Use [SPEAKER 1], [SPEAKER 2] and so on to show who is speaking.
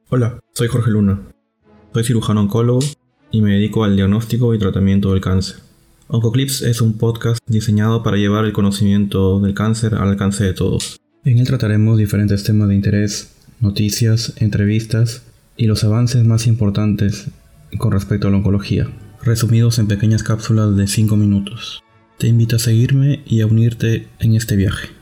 [SPEAKER 1] Hola, soy Jorge Luna. Soy cirujano oncólogo y me dedico al diagnóstico y tratamiento del cáncer. OncoClips es un podcast diseñado para llevar el conocimiento del cáncer al alcance de todos. En él trataremos diferentes temas de interés, noticias, entrevistas y los avances más importantes con respecto a la oncología, resumidos en pequeñas cápsulas de 5 minutos. Te invito a seguirme y a unirte en este viaje.